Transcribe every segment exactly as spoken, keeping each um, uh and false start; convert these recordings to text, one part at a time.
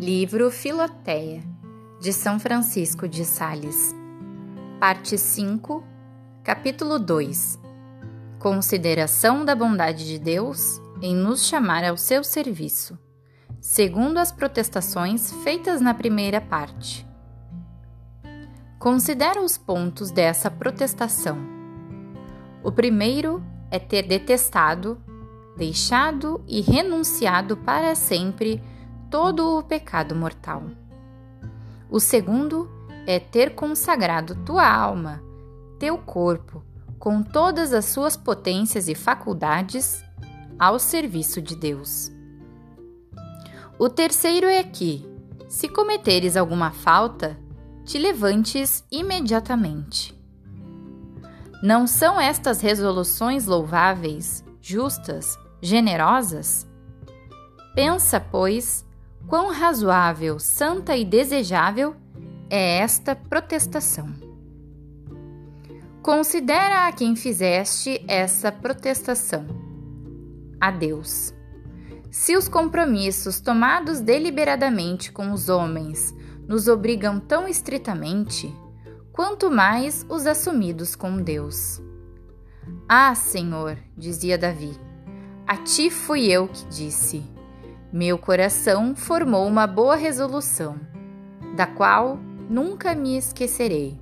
Livro Filoteia, de São Francisco de Sales. Parte cinco, capítulo dois. Consideração da bondade de Deus em nos chamar ao seu serviço, segundo as protestações feitas na primeira parte. Considera os pontos dessa protestação. O primeiro é ter detestado, deixado e renunciado para sempre todo o pecado mortal. O segundo é ter consagrado tua alma, teu corpo, com todas as suas potências e faculdades, ao serviço de Deus. O terceiro é que, se cometeres alguma falta, te levantes imediatamente. Não são estas resoluções louváveis, justas, generosas? Pensa, pois, quão razoável, santa e desejável é esta protestação. Considera a quem fizeste essa protestação, a Deus. Se os compromissos tomados deliberadamente com os homens nos obrigam tão estritamente, quanto mais os assumidos com Deus. Ah, Senhor, dizia Davi, a ti fui eu que disse. Meu coração formou uma boa resolução, da qual nunca me esquecerei.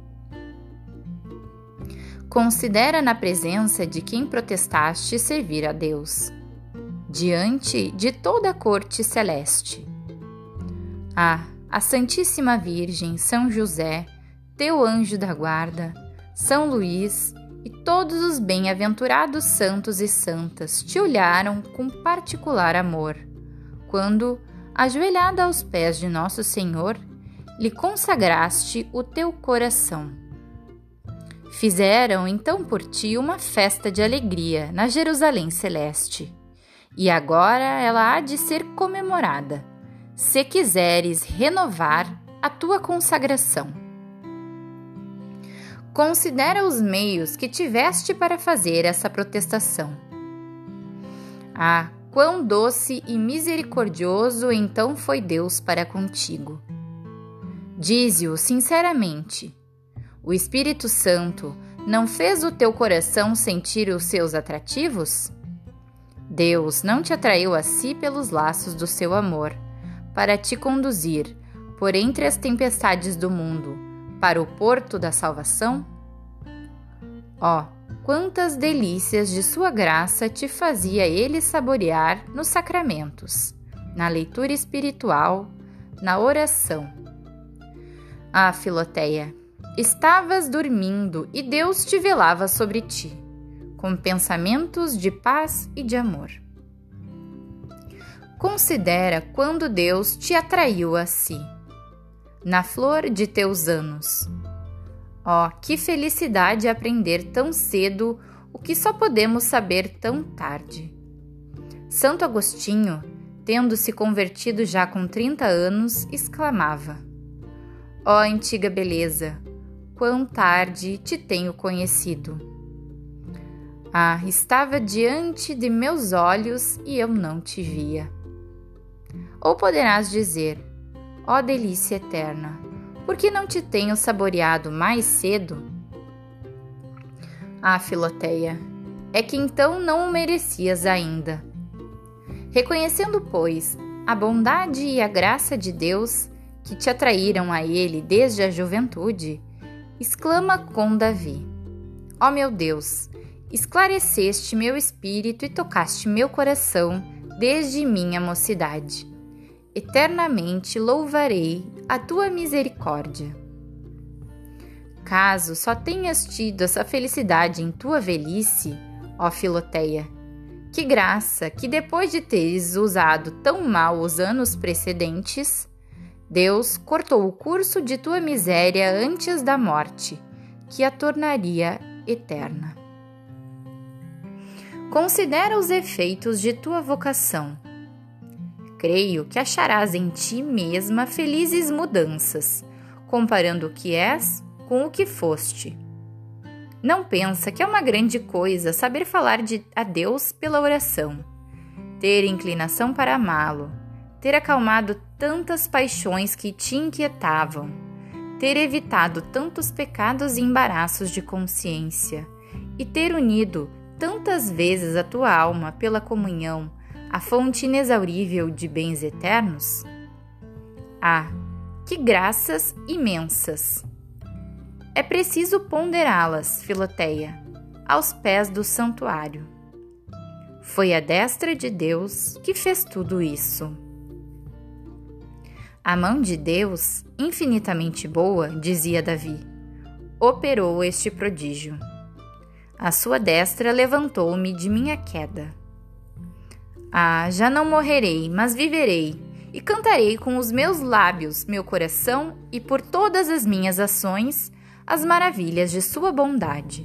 Considera na presença de quem protestaste servir a Deus, diante de toda a corte celeste. Ah, a Santíssima Virgem, São José, teu anjo da guarda, São Luís e todos os bem-aventurados santos e santas te olharam com particular amor, quando, ajoelhada aos pés de Nosso Senhor, lhe consagraste o teu coração. Fizeram então por ti uma festa de alegria na Jerusalém celeste, e agora ela há de ser comemorada, se quiseres renovar a tua consagração. Considera os meios que tiveste para fazer essa protestação. Ah, quão doce e misericordioso então foi Deus para contigo. Dize-o sinceramente. O Espírito Santo não fez o teu coração sentir os seus atrativos? Deus não te atraiu a si pelos laços do seu amor, para te conduzir, por entre as tempestades do mundo, para o porto da salvação? Ó, quantas delícias de sua graça te fazia ele saborear nos sacramentos, na leitura espiritual, na oração. Ah, Filoteia, estavas dormindo e Deus te velava sobre ti, com pensamentos de paz e de amor. Considera quando Deus te atraiu a si, na flor de teus anos. Oh, que felicidade aprender tão cedo o que só podemos saber tão tarde. Santo Agostinho, tendo se convertido já com trinta anos, exclamava: ó antiga beleza, quão tarde te tenho conhecido. Ah, estava diante de meus olhos e eu não te via. Ou poderás dizer: ó delícia eterna, por que não te tenho saboreado mais cedo? Ah, Filoteia, é que então não o merecias ainda. Reconhecendo, pois, a bondade e a graça de Deus que te atraíram a ele desde a juventude, exclama com Davi: ó meu Deus, esclareceste meu espírito e tocaste meu coração desde minha mocidade. Eternamente louvarei a tua misericórdia. Caso só tenhas tido essa felicidade em tua velhice, ó Filoteia, que graça que depois de teres usado tão mal os anos precedentes, Deus cortou o curso de tua miséria antes da morte, que a tornaria eterna. Considera os efeitos de tua vocação. Creio que acharás em ti mesma felizes mudanças, comparando o que és com o que foste. Não pensa que é uma grande coisa saber falar de, a Deus pela oração, ter inclinação para amá-lo, ter acalmado tantas paixões que te inquietavam, ter evitado tantos pecados e embaraços de consciência e ter unido tantas vezes a tua alma pela comunhão à fonte inexaurível de bens eternos? Ah, que graças imensas! É preciso ponderá-las, Filoteia, aos pés do santuário. Foi a destra de Deus que fez tudo isso. A mão de Deus, infinitamente boa, dizia Davi, operou este prodígio. A sua destra levantou-me de minha queda. Ah, já não morrerei, mas viverei, e cantarei com os meus lábios, meu coração e por todas as minhas ações as maravilhas de sua bondade.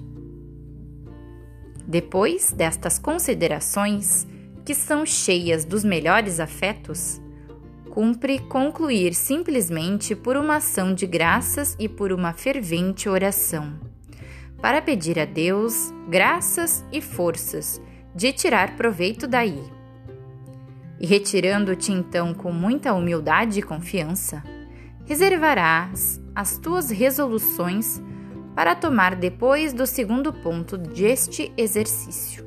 Depois destas considerações, que são cheias dos melhores afetos, cumpre concluir simplesmente por uma ação de graças e por uma fervente oração, para pedir a Deus graças e forças de tirar proveito daí. E retirando-te então com muita humildade e confiança, reservarás as tuas resoluções para tomar depois do segundo ponto deste exercício.